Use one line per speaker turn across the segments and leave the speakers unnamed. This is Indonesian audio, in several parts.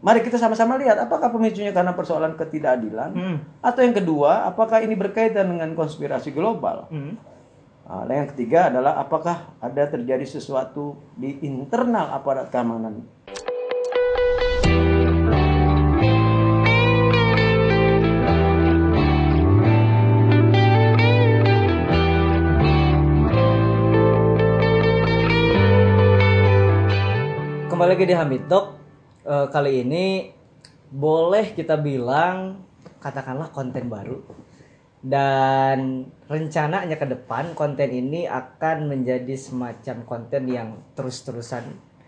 mari kita sama-sama lihat apakah pemicunya karena persoalan ketidakadilan atau yang kedua apakah ini berkaitan dengan konspirasi global. Nah, yang ketiga adalah apakah ada terjadi sesuatu di internal aparat keamanan.
Kembali lagi di Hamid Talk. Kali ini boleh kita bilang katakanlah konten baru, dan rencananya ke depan konten ini akan menjadi semacam konten yang terus-terusan,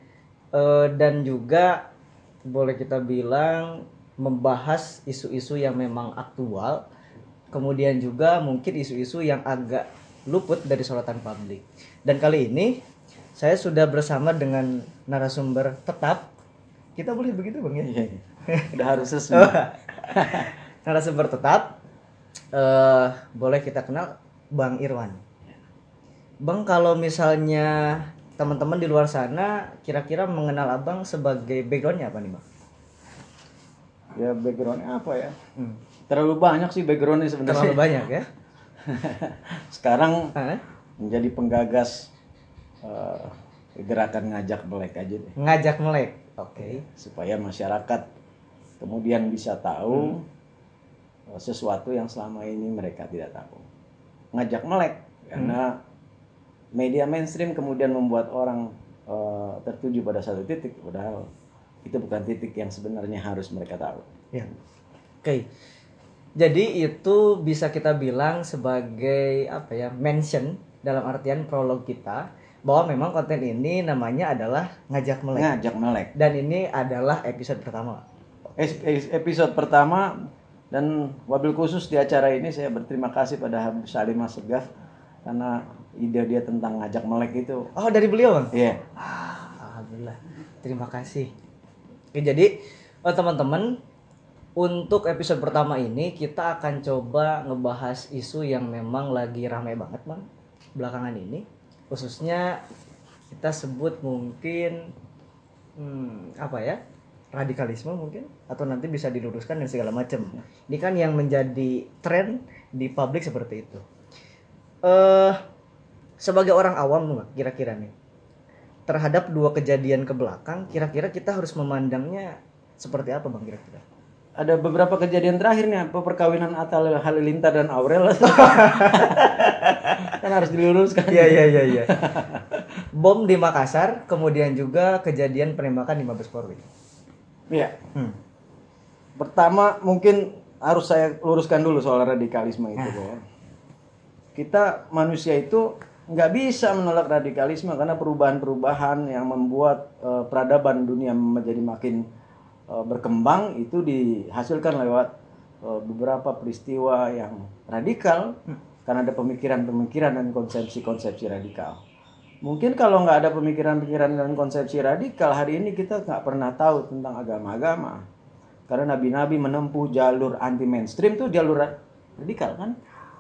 dan juga boleh kita bilang membahas isu-isu yang memang aktual, kemudian juga mungkin isu-isu yang agak luput dari sorotan publik. Dan kali ini saya sudah bersama dengan narasumber tetap. Kita boleh begitu Bang ya?
Iya. Udah harus sesuai.
Narasumber tetap. Boleh kita kenal Bang Irwan. Bang, kalau misalnya teman-teman di luar sana kira-kira mengenal Abang sebagai backgroundnya apa nih Bang?
Ya backgroundnya apa ya? Terlalu banyak sih backgroundnya sebenarnya.
Terlalu banyak ya?
Sekarang menjadi penggagas gerakan ngajak melek aja deh.
Ngajak melek, oke.
Supaya masyarakat kemudian bisa tahu sesuatu yang selama ini mereka tidak tahu. Ngajak melek karena media mainstream kemudian membuat orang tertuju pada satu titik, padahal itu bukan titik yang sebenarnya harus mereka tahu.
Ya. Oke. Jadi itu bisa kita bilang sebagai apa ya, mention dalam artian prolog kita bahwa memang konten ini namanya adalah ngajak melek.
Ngajak melek.
Dan ini adalah episode pertama.
Episode pertama, dan wabil khusus di acara ini saya berterima kasih pada Habib Salim Assegaf karena ide dia tentang ngajak melek itu.
Oh, dari beliau Bang?
Iya.
Alhamdulillah. Terima kasih. Oke, jadi teman-teman, untuk episode pertama ini kita akan coba ngebahas isu yang memang lagi ramai banget Bang belakangan ini. Khususnya kita sebut mungkin apa ya, radikalisme mungkin, atau nanti bisa diluruskan dan segala macam. Ini kan yang menjadi tren di publik seperti itu. Sebagai orang awam kira-kira nih terhadap dua kejadian ke belakang, kira-kira kita harus memandangnya seperti apa Bang kira-kira?
Ada beberapa kejadian terakhir nih, perkawinan Atta Halilintar dan Aurel. Kan harus diluruskan.
Iya. Bom di Makassar, kemudian juga kejadian penembakan di Mabes Polri.
Iya. Pertama mungkin harus saya luruskan dulu soal radikalisme itu ya. Kita manusia itu nggak bisa menolak radikalisme karena perubahan-perubahan yang membuat peradaban dunia menjadi makin berkembang itu dihasilkan lewat beberapa peristiwa yang radikal karena ada pemikiran-pemikiran dan konsepsi-konsepsi radikal. Mungkin kalau nggak ada pemikiran-pemikiran dan konsepsi radikal, hari ini kita nggak pernah tahu tentang agama-agama. Karena nabi-nabi menempuh jalur anti mainstream tuh jalur radikal kan.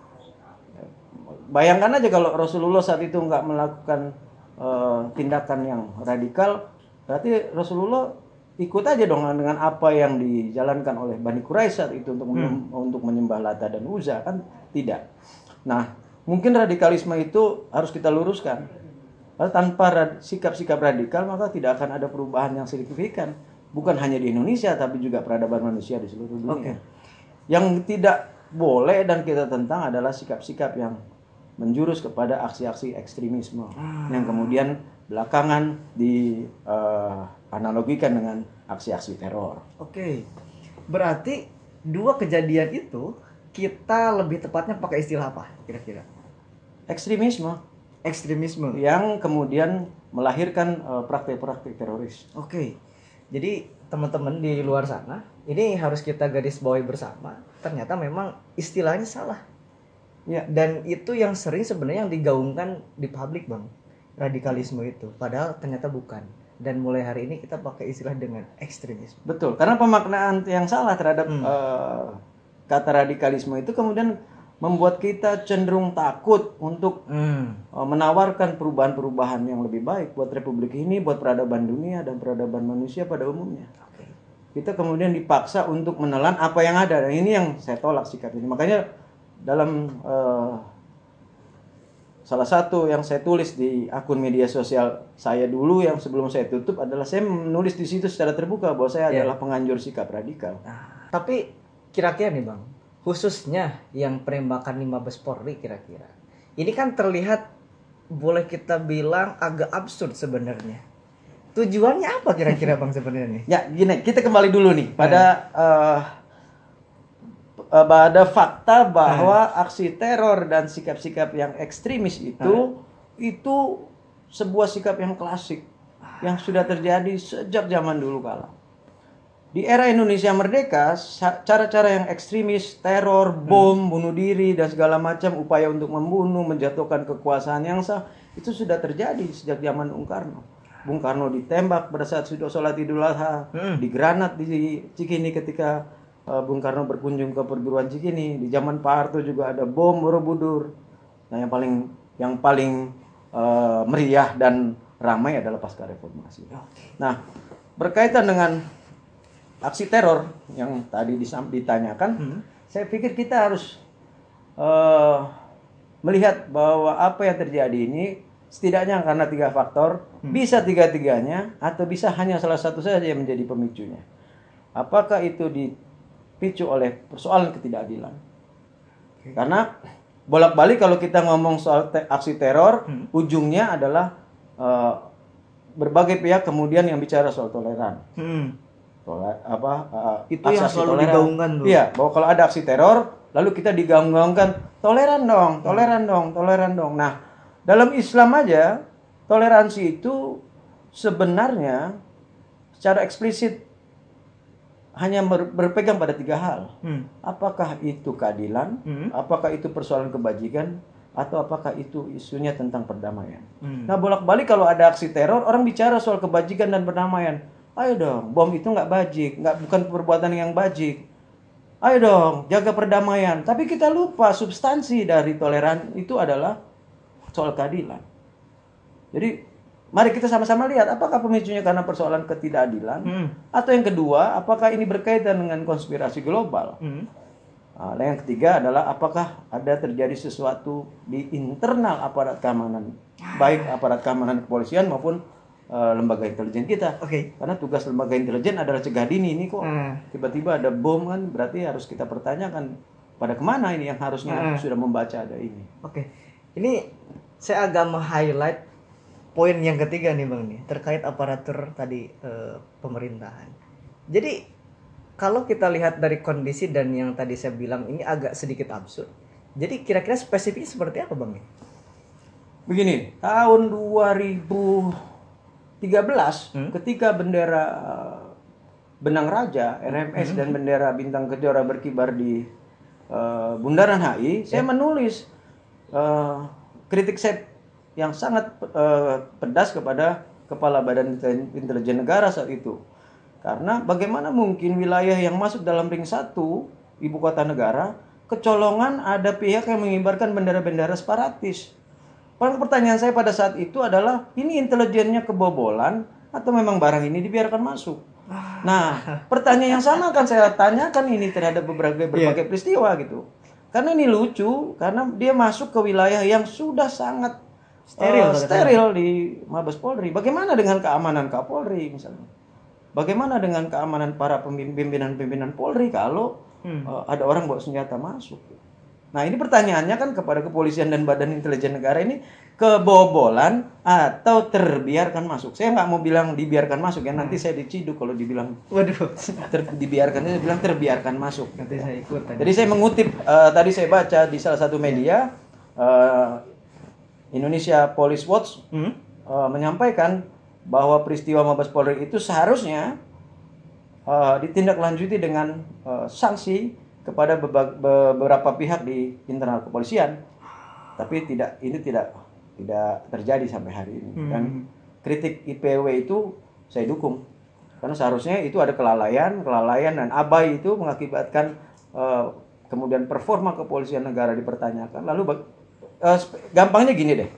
Bayangkan aja kalau Rasulullah saat itu nggak melakukan tindakan yang radikal, berarti Rasulullah ikut aja dong dengan apa yang dijalankan oleh Bani Quraisy saat itu untuk menyembah Lata dan Uzza, kan tidak. Nah, mungkin radikalisme itu harus kita luruskan. Karena tanpa sikap-sikap radikal maka tidak akan ada perubahan yang signifikan, bukan hanya di Indonesia tapi juga peradaban manusia di seluruh dunia. Yang tidak boleh dan kita tentang adalah sikap-sikap yang menjurus kepada aksi-aksi ekstremisme yang kemudian belakangan dianalogikan dengan aksi-aksi teror.
Oke. Berarti dua kejadian itu kita lebih tepatnya pakai istilah apa kira-kira?
Ekstremisme yang kemudian melahirkan praktik-praktik teroris.
Oke. Jadi teman-teman di luar sana, ini harus kita garis bawahi bersama. Ternyata memang istilahnya salah. Ya, dan itu yang sering sebenarnya yang digaungkan di publik Bang. Radikalisme itu, padahal ternyata bukan. Dan mulai hari ini kita pakai istilah dengan ekstremisme.
Betul, karena pemaknaan yang salah terhadap kata radikalisme itu kemudian membuat kita cenderung takut untuk menawarkan perubahan-perubahan yang lebih baik buat republik ini, buat peradaban dunia dan peradaban manusia pada umumnya. kita kemudian dipaksa untuk menelan apa yang ada, dan ini yang saya tolak sikap ini. Makanya dalam salah satu yang saya tulis di akun media sosial saya dulu yang sebelum saya tutup adalah saya menulis di situ secara terbuka bahwa saya adalah penganjur sikap radikal.
Nah, tapi kira-kira nih Bang, khususnya yang penembakan di Mabes Polri kira-kira. Ini kan terlihat boleh kita bilang agak absurd sebenarnya. Tujuannya apa kira-kira Bang sebenarnya nih?
Ya, gini, kita kembali dulu nih pada fakta bahwa aksi teror dan sikap-sikap yang ekstremis itu sebuah sikap yang klasik yang sudah terjadi sejak zaman dulu kala. Di era Indonesia merdeka, cara-cara yang ekstremis, teror, bom, bunuh diri dan segala macam upaya untuk membunuh, menjatuhkan kekuasaan yang sah itu sudah terjadi sejak zaman Bung Karno. Bung Karno ditembak pada saat sudah sholat Idul Adha, digranat di Cikini ketika Bung Karno berkunjung ke perguruan Cikini. Di zaman Pak Harto juga ada bom Borobudur. Nah, yang paling meriah dan ramai adalah pasca reformasi. Nah, berkaitan dengan aksi teror yang tadi ditanyakan, saya pikir kita harus melihat bahwa apa yang terjadi ini setidaknya karena 3 faktor, bisa tiga-tiganya atau bisa hanya salah satu saja yang menjadi pemicunya. Apakah itu dipicu oleh persoalan ketidakadilan? Karena bolak-balik kalau kita ngomong soal aksi teror, ujungnya adalah berbagai pihak kemudian yang bicara soal toleran.
Itu yang selalu digaungkan tuh.
Iya, bahwa kalau ada aksi teror, lalu kita digaung-gaungkan toleran dong. Nah, dalam Islam aja toleransi itu sebenarnya secara eksplisit hanya berpegang pada 3 hal. Apakah itu keadilan, apakah itu persoalan kebajikan, atau apakah itu isunya tentang perdamaian. Nah, bolak-balik kalau ada aksi teror, orang bicara soal kebajikan dan perdamaian. Ayo dong, bom itu nggak bajik, bukan perbuatan yang bajik. Ayo dong, jaga perdamaian. Tapi kita lupa substansi dari toleran itu adalah soal keadilan. Jadi mari kita sama-sama lihat apakah pemicunya karena persoalan ketidakadilan, atau yang kedua apakah ini berkaitan dengan konspirasi global. Nah, yang ketiga adalah apakah ada terjadi sesuatu di internal aparat keamanan, baik aparat keamanan kepolisian maupun lembaga intelijen kita. Karena tugas lembaga intelijen adalah cegah dini. Ini kok tiba-tiba ada bom, kan berarti harus kita pertanyakan pada kemana ini yang harusnya sudah membaca ada ini.
Ini saya agak meng-highlight poin yang ketiga nih Bang nih, terkait aparatur tadi pemerintahan. Jadi kalau kita lihat dari kondisi dan yang tadi saya bilang ini agak sedikit absurd. Jadi kira-kira spesifiknya seperti apa Bang nih?
Begini, tahun 2013 ketika bendera Benang Raja, RMS dan bendera Bintang Kejora berkibar di Bundaran HI, saya menulis kritik saya yang sangat pedas kepada Kepala Badan Intelijen Negara saat itu. Karena bagaimana mungkin wilayah yang masuk dalam ring 1 ibu kota negara kecolongan ada pihak yang mengibarkan bendera-bendera separatis. Pertanyaan saya pada saat itu adalah, ini intelijennya kebobolan atau memang barang ini dibiarkan masuk? Nah, pertanyaan yang sama akan saya tanyakan ini terhadap berbagai peristiwa gitu. Karena ini lucu, karena dia masuk ke wilayah yang sudah sangat steril di Mabes Polri. Bagaimana dengan keamanan Kapolri misalnya? Bagaimana dengan keamanan para pimpinan-pimpinan Polri kalau ada orang bawa senjata masuk? Nah, ini pertanyaannya kan kepada kepolisian dan Badan Intelijen Negara, ini kebobolan atau terbiarkan masuk? Saya nggak mau bilang dibiarkan masuk ya, nanti saya diciduk kalau dibilang dibiarkan, saya bilang terbiarkan masuk.
Nanti saya ikut.
Jadi saya mengutip, tadi saya baca di salah satu media, Indonesia Police Watch menyampaikan bahwa peristiwa Mabes Polri itu seharusnya ditindaklanjuti dengan sanksi kepada beberapa pihak di internal kepolisian, tapi ini tidak terjadi sampai hari ini. Dan kritik IPW itu saya dukung, karena seharusnya itu ada kelalaian dan abai itu mengakibatkan kemudian performa kepolisian negara dipertanyakan. Lalu gampangnya gini deh,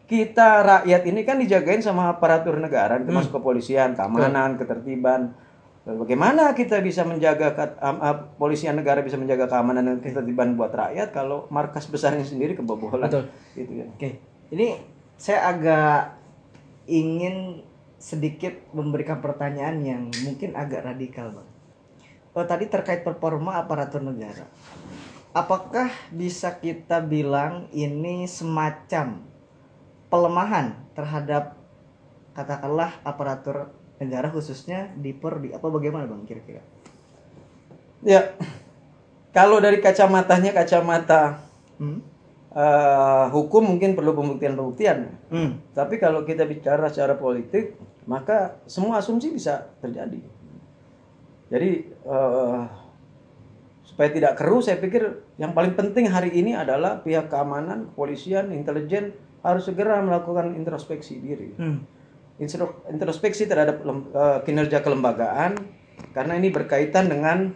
kita rakyat ini kan dijagain sama aparatur negara, termasuk kepolisian, keamanan, ketertiban. Bagaimana kita bisa menjaga polisian negara bisa menjaga keamanan dan ketertiban buat rakyat kalau markas besarnya sendiri kebobolan?
Betul.
Gitu ya.
Oke, ini saya agak ingin sedikit memberikan pertanyaan yang mungkin agak radikal, Bang. Tadi terkait performa aparatur negara. Apakah bisa kita bilang ini semacam pelemahan terhadap katakanlah aparatur negara khususnya di Polri apa bagaimana Bang kira-kira?
Ya, kalau dari kacamatanya kacamata hukum mungkin perlu pembuktian. Tapi kalau kita bicara secara politik, maka semua asumsi bisa terjadi. Jadi supaya tidak keruh, saya pikir yang paling penting hari ini adalah pihak keamanan, kepolisian, intelijen harus segera melakukan introspeksi diri. Introspeksi terhadap kinerja kelembagaan, karena ini berkaitan dengan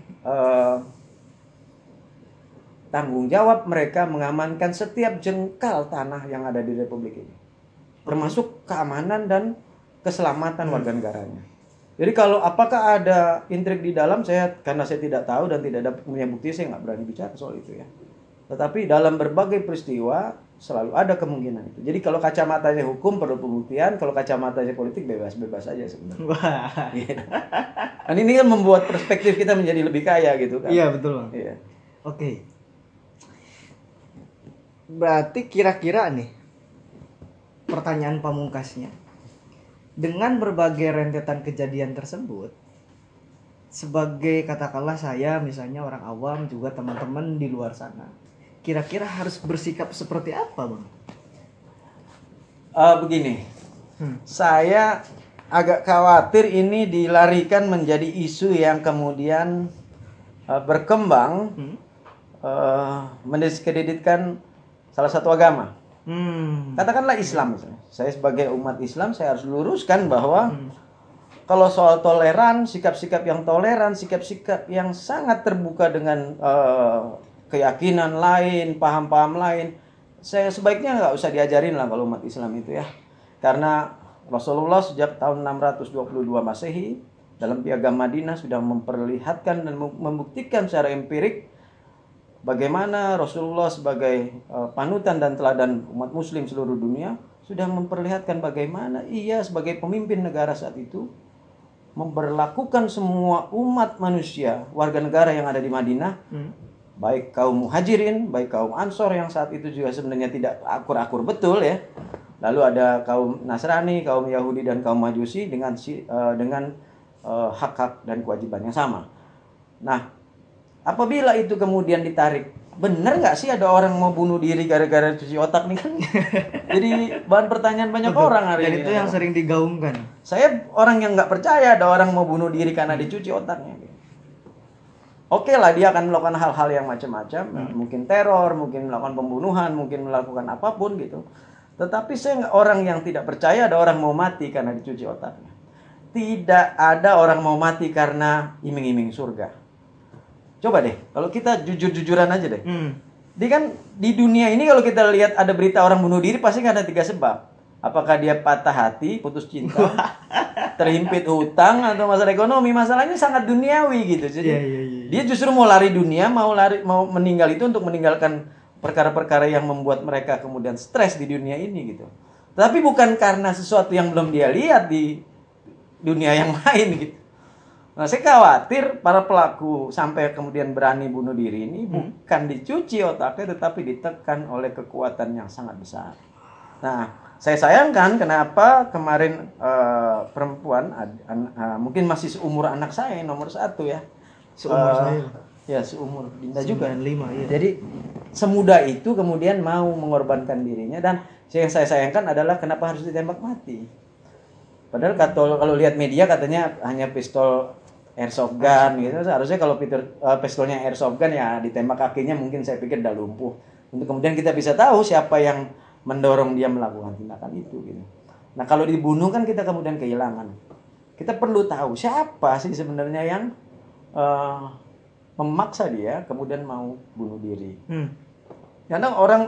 tanggung jawab mereka mengamankan setiap jengkal tanah yang ada di Republik ini, termasuk keamanan dan keselamatan warga negaranya. Jadi kalau apakah ada intrik di dalam, karena saya tidak tahu dan tidak ada punya bukti, saya nggak berani bicara soal itu ya. Tetapi dalam berbagai peristiwa selalu ada kemungkinan itu. Jadi kalau kacamatanya hukum perlu pembuktian, kalau kacamatanya politik bebas-bebas aja sebenarnya.
Wah.
Dan ini kan membuat perspektif kita menjadi lebih kaya gitu kan.
Iya betul Bang.
Iya.
Oke. Berarti kira-kira nih pertanyaan pamungkasnya, dengan berbagai rentetan kejadian tersebut, sebagai katakanlah saya misalnya orang awam juga teman-teman di luar sana, kira-kira harus bersikap seperti apa Bang?
Begini, saya agak khawatir ini dilarikan menjadi isu yang kemudian berkembang, mendiskreditkan salah satu agama. Katakanlah Islam misalnya. Saya sebagai umat Islam, saya harus luruskan bahwa kalau soal toleran, sikap-sikap yang toleran, sikap-sikap yang sangat terbuka dengan keyakinan lain, paham-paham lain, saya sebaiknya nggak usah diajarin lah kalau umat Islam itu ya. Karena Rasulullah sejak tahun 622 Masehi dalam Piagam Madinah sudah memperlihatkan dan membuktikan secara empirik bagaimana Rasulullah sebagai panutan dan teladan umat muslim seluruh dunia sudah memperlihatkan bagaimana ia sebagai pemimpin negara saat itu memperlakukan semua umat manusia, warga negara yang ada di Madinah, baik kaum muhajirin, baik kaum ansor yang saat itu juga sebenarnya tidak akur-akur betul ya. Lalu ada kaum Nasrani, kaum Yahudi dan kaum Majusi dengan hak-hak dan kewajiban yang sama. Nah, apabila itu kemudian ditarik, benar nggak sih ada orang mau bunuh diri gara-gara cuci otak nih kan? Jadi bahan pertanyaan banyak orang hari ini.
Dan itu yang sering digaungkan.
Saya orang yang nggak percaya ada orang mau bunuh diri karena dicuci otaknya. Oke lah, dia akan melakukan hal-hal yang macam-macam, mungkin teror, mungkin melakukan pembunuhan, mungkin melakukan apapun gitu. Tetapi saya orang yang tidak percaya ada orang mau mati karena dicuci otaknya. Tidak ada orang mau mati karena iming-iming surga. Coba deh, kalau kita jujur-jujuran aja deh. Dia kan di dunia ini kalau kita lihat ada berita orang bunuh diri pasti ada 3 sebab. Apakah dia patah hati, putus cinta, terhimpit hutang, atau masalah ekonomi. Masalahnya sangat duniawi gitu. Jadi dia justru mau lari dunia, mau meninggal itu untuk meninggalkan perkara-perkara yang membuat mereka kemudian stres di dunia ini gitu. Tapi bukan karena sesuatu yang belum dia lihat di dunia yang lain gitu. Nah, saya khawatir para pelaku sampai kemudian berani bunuh diri ini bukan dicuci otaknya, tetapi ditekan oleh kekuatan yang sangat besar. Nah, saya sayangkan kenapa kemarin perempuan mungkin masih seumur anak saya nomor 1 ya.
Seumur saya.
Ya, seumur Dinda juga.
95 ya.
Jadi semudah itu kemudian mau mengorbankan dirinya, dan yang saya sayangkan adalah kenapa harus ditembak mati. Padahal kalau lihat media katanya hanya pistol airsoft gun gitu. Seharusnya kalau pistolnya airsoft gun ya ditembak kakinya, mungkin saya pikir udah lumpuh. Untuk kemudian kita bisa tahu siapa yang mendorong dia melakukan tindakan itu gitu. Nah, kalau dibunuh kan kita kemudian kehilangan. Kita perlu tahu siapa sih sebenarnya yang memaksa dia kemudian mau bunuh diri. Karena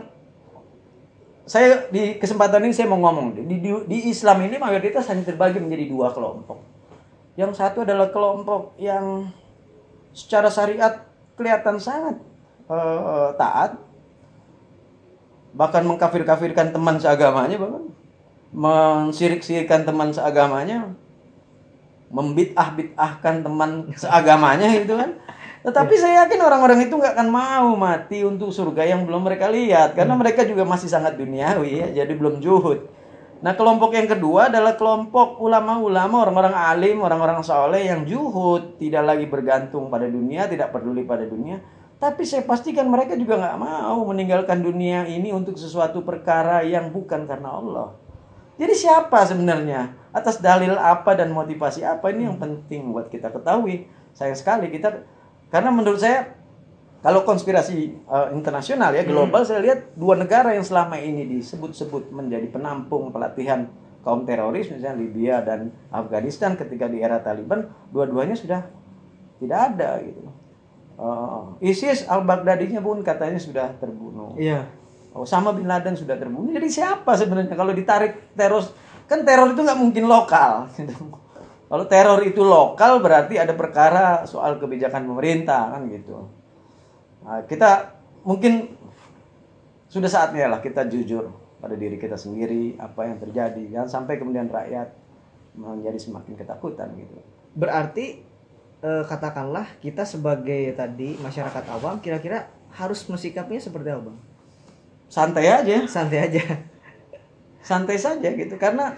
saya di kesempatan ini saya mau ngomong di Islam ini mayoritas hanya terbagi menjadi 2 kelompok. Yang satu adalah kelompok yang secara syariat kelihatan sangat taat, bahkan mengkafir-kafirkan teman seagamanya, bahkan mensirik-sirikkan teman seagamanya, membid'ah-bid'ahkan teman seagamanya gitu kan. Tetapi saya yakin orang-orang itu nggak akan mau mati untuk surga yang belum mereka lihat, karena mereka juga masih sangat duniawi ya, jadi belum zuhud. Nah, kelompok yang kedua adalah kelompok ulama-ulama, orang-orang alim, orang-orang soleh yang zuhud, tidak lagi bergantung pada dunia, tidak peduli pada dunia. Tapi saya pastikan mereka juga nggak mau meninggalkan dunia ini untuk sesuatu perkara yang bukan karena Allah. Jadi siapa sebenarnya? Atas dalil apa dan motivasi apa? Ini yang penting buat kita ketahui. Sayang sekali kita, karena menurut saya kalau konspirasi internasional ya, global, saya lihat dua negara yang selama ini disebut-sebut menjadi penampung pelatihan kaum teroris, misalnya Libya dan Afghanistan ketika di era Taliban, dua-duanya sudah tidak ada gitu. ISIS al-Baghdadinya pun katanya sudah terbunuh.
Iya.
Osama bin Laden sudah terbunuh. Jadi siapa sebenarnya kalau ditarik teror? Kan teror itu nggak mungkin lokal. Kalau teror itu lokal berarti ada perkara soal kebijakan pemerintah kan gitu. Nah, kita mungkin sudah saatnya lah kita jujur pada diri kita sendiri apa yang terjadi. Jangan sampai kemudian rakyat menjadi semakin ketakutan gitu.
Berarti katakanlah kita sebagai tadi masyarakat awam kira-kira harus mensikapinya seperti apa, Bang?
Santai aja.
Santai aja.
Santai saja gitu, karena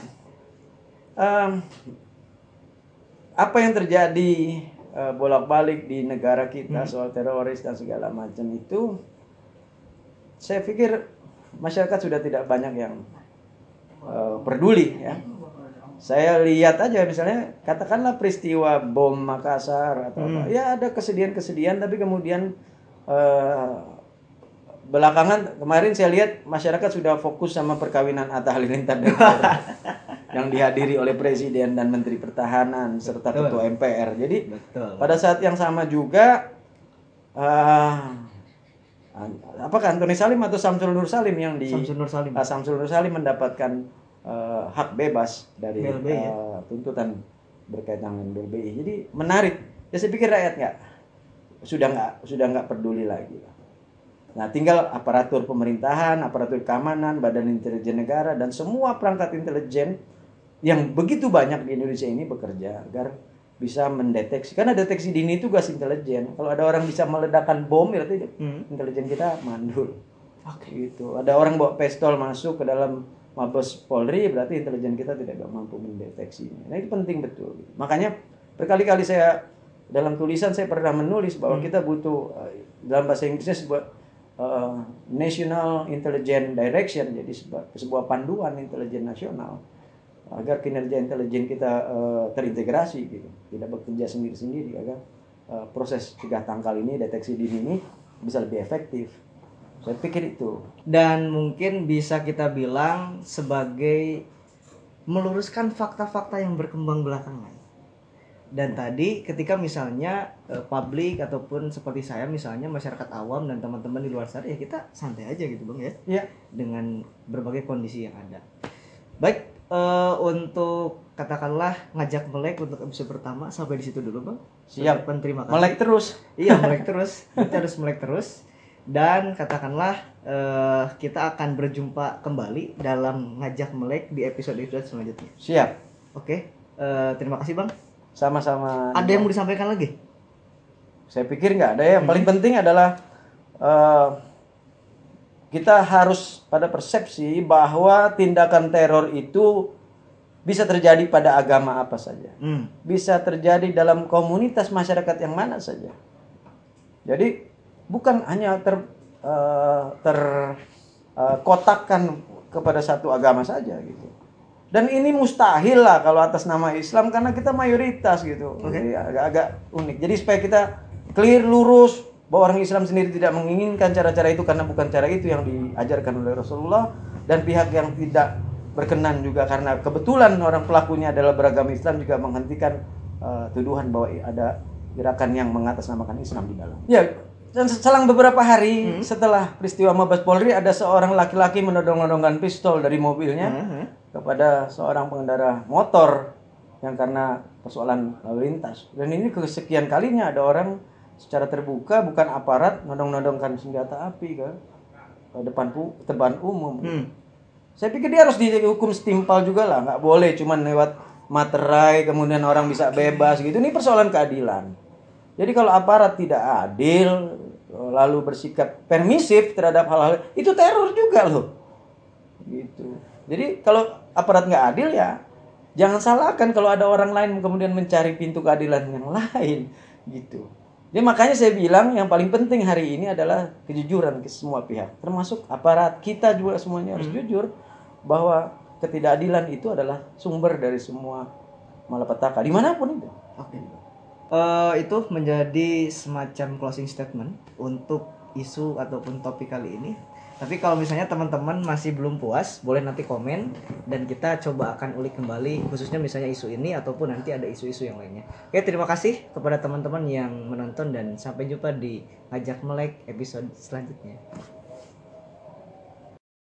apa yang terjadi bolak-balik di negara kita soal teroris dan segala macam itu, saya pikir masyarakat sudah tidak banyak yang peduli ya. Saya lihat aja misalnya katakanlah peristiwa bom Makassar atau apa, ya ada kesedihan-kesedihan, tapi kemudian belakangan kemarin saya lihat masyarakat sudah fokus sama perkawinan Atta Halilintar dan yang dihadiri oleh Presiden dan Menteri Pertahanan serta Ketua MPR. Jadi pada saat yang sama juga apakah Antoni Salim atau Samsul Nur Salim yang di Samsul Nur Salim mendapatkan hak bebas dari tuntutan berkaitan dengan BLBI. Jadi menarik. Ya saya pikir rakyat sudah nggak peduli lagi. Nah, tinggal aparatur pemerintahan, aparatur keamanan, badan intelijen negara, dan semua perangkat intelijen yang begitu banyak di Indonesia ini bekerja agar bisa mendeteksi. Karena deteksi dini itu tugas intelijen. Kalau ada orang bisa meledakkan bom, berarti intelijen kita mandul. Gitu. Ada orang bawa pistol masuk ke dalam Mabes Polri, berarti intelijen kita tidak mampu mendeteksinya. Nah, itu penting betul. Makanya berkali-kali saya dalam tulisan saya pernah menulis bahwa kita butuh dalam bahasa Inggrisnya National Intelligence Direction, jadi sebuah panduan intelijen nasional agar kinerja intelijen kita terintegrasi gitu, tidak bekerja sendiri-sendiri agar proses cegah tangkal ini, deteksi dini ini bisa lebih efektif. Saya pikir itu.
Dan mungkin bisa kita bilang sebagai meluruskan fakta-fakta yang berkembang belakangan. Dan tadi ketika misalnya publik ataupun seperti saya misalnya masyarakat awam dan teman-teman di luar sana, ya kita santai aja gitu, Bang ya.
Iya.
Dengan berbagai kondisi yang ada. Baik, untuk katakanlah ngajak melek untuk episode pertama sampai di situ dulu, Bang.
Siap.
Terima kasih.
Melek terus.
Iya, melek terus. Kita harus melek terus. Dan katakanlah kita akan berjumpa kembali dalam ngajak melek di episode-episode selanjutnya.
Siap.
Oke. Terima kasih, Bang.
Sama-sama.
Ada yang mau disampaikan lagi?
Saya pikir nggak ada ya. Yang paling penting adalah kita harus pada persepsi bahwa tindakan teror itu bisa terjadi pada agama apa saja. Bisa terjadi dalam komunitas masyarakat yang mana saja. Jadi bukan hanya terkotakkan kepada satu agama saja gitu. Dan ini mustahil lah kalau atas nama Islam karena kita mayoritas gitu. Jadi agak unik. Jadi supaya kita clear, lurus bahwa orang Islam sendiri tidak menginginkan cara-cara itu karena bukan cara itu yang diajarkan oleh Rasulullah, dan pihak yang tidak berkenan juga karena kebetulan orang pelakunya adalah beragama Islam juga menghentikan tuduhan bahwa ada gerakan yang mengatasnamakan Islam di dalam. Ya, dan selang beberapa hari setelah peristiwa Mabes Polri, ada seorang laki-laki menodong-nodongkan pistol dari mobilnya kepada seorang pengendara motor yang karena persoalan lalu lintas. Dan ini kesekian kalinya ada orang secara terbuka, bukan aparat, nodong-nodongkan senjata api kan ke depan umum. Saya pikir dia harus dihukum setimpal juga lah, nggak boleh cuman lewat materai kemudian orang bisa bebas gitu. Ini persoalan keadilan. Jadi kalau aparat tidak adil lalu bersikap permisif terhadap hal-hal itu teror juga loh. Gitu. Jadi kalau aparat nggak adil ya jangan salahkan kalau ada orang lain kemudian mencari pintu keadilan yang lain gitu. Jadi makanya saya bilang yang paling penting hari ini adalah kejujuran ke semua pihak, termasuk aparat. Kita juga semuanya harus jujur bahwa ketidakadilan itu adalah sumber dari semua malapetaka dimanapun itu.
Oke. Itu menjadi semacam closing statement untuk isu ataupun topik kali ini. Tapi kalau misalnya teman-teman masih belum puas, boleh nanti komen dan kita coba akan ulik kembali khususnya misalnya isu ini ataupun nanti ada isu-isu yang lainnya. Oke, terima kasih kepada teman-teman yang menonton dan sampai jumpa di Ngajak Melek episode selanjutnya.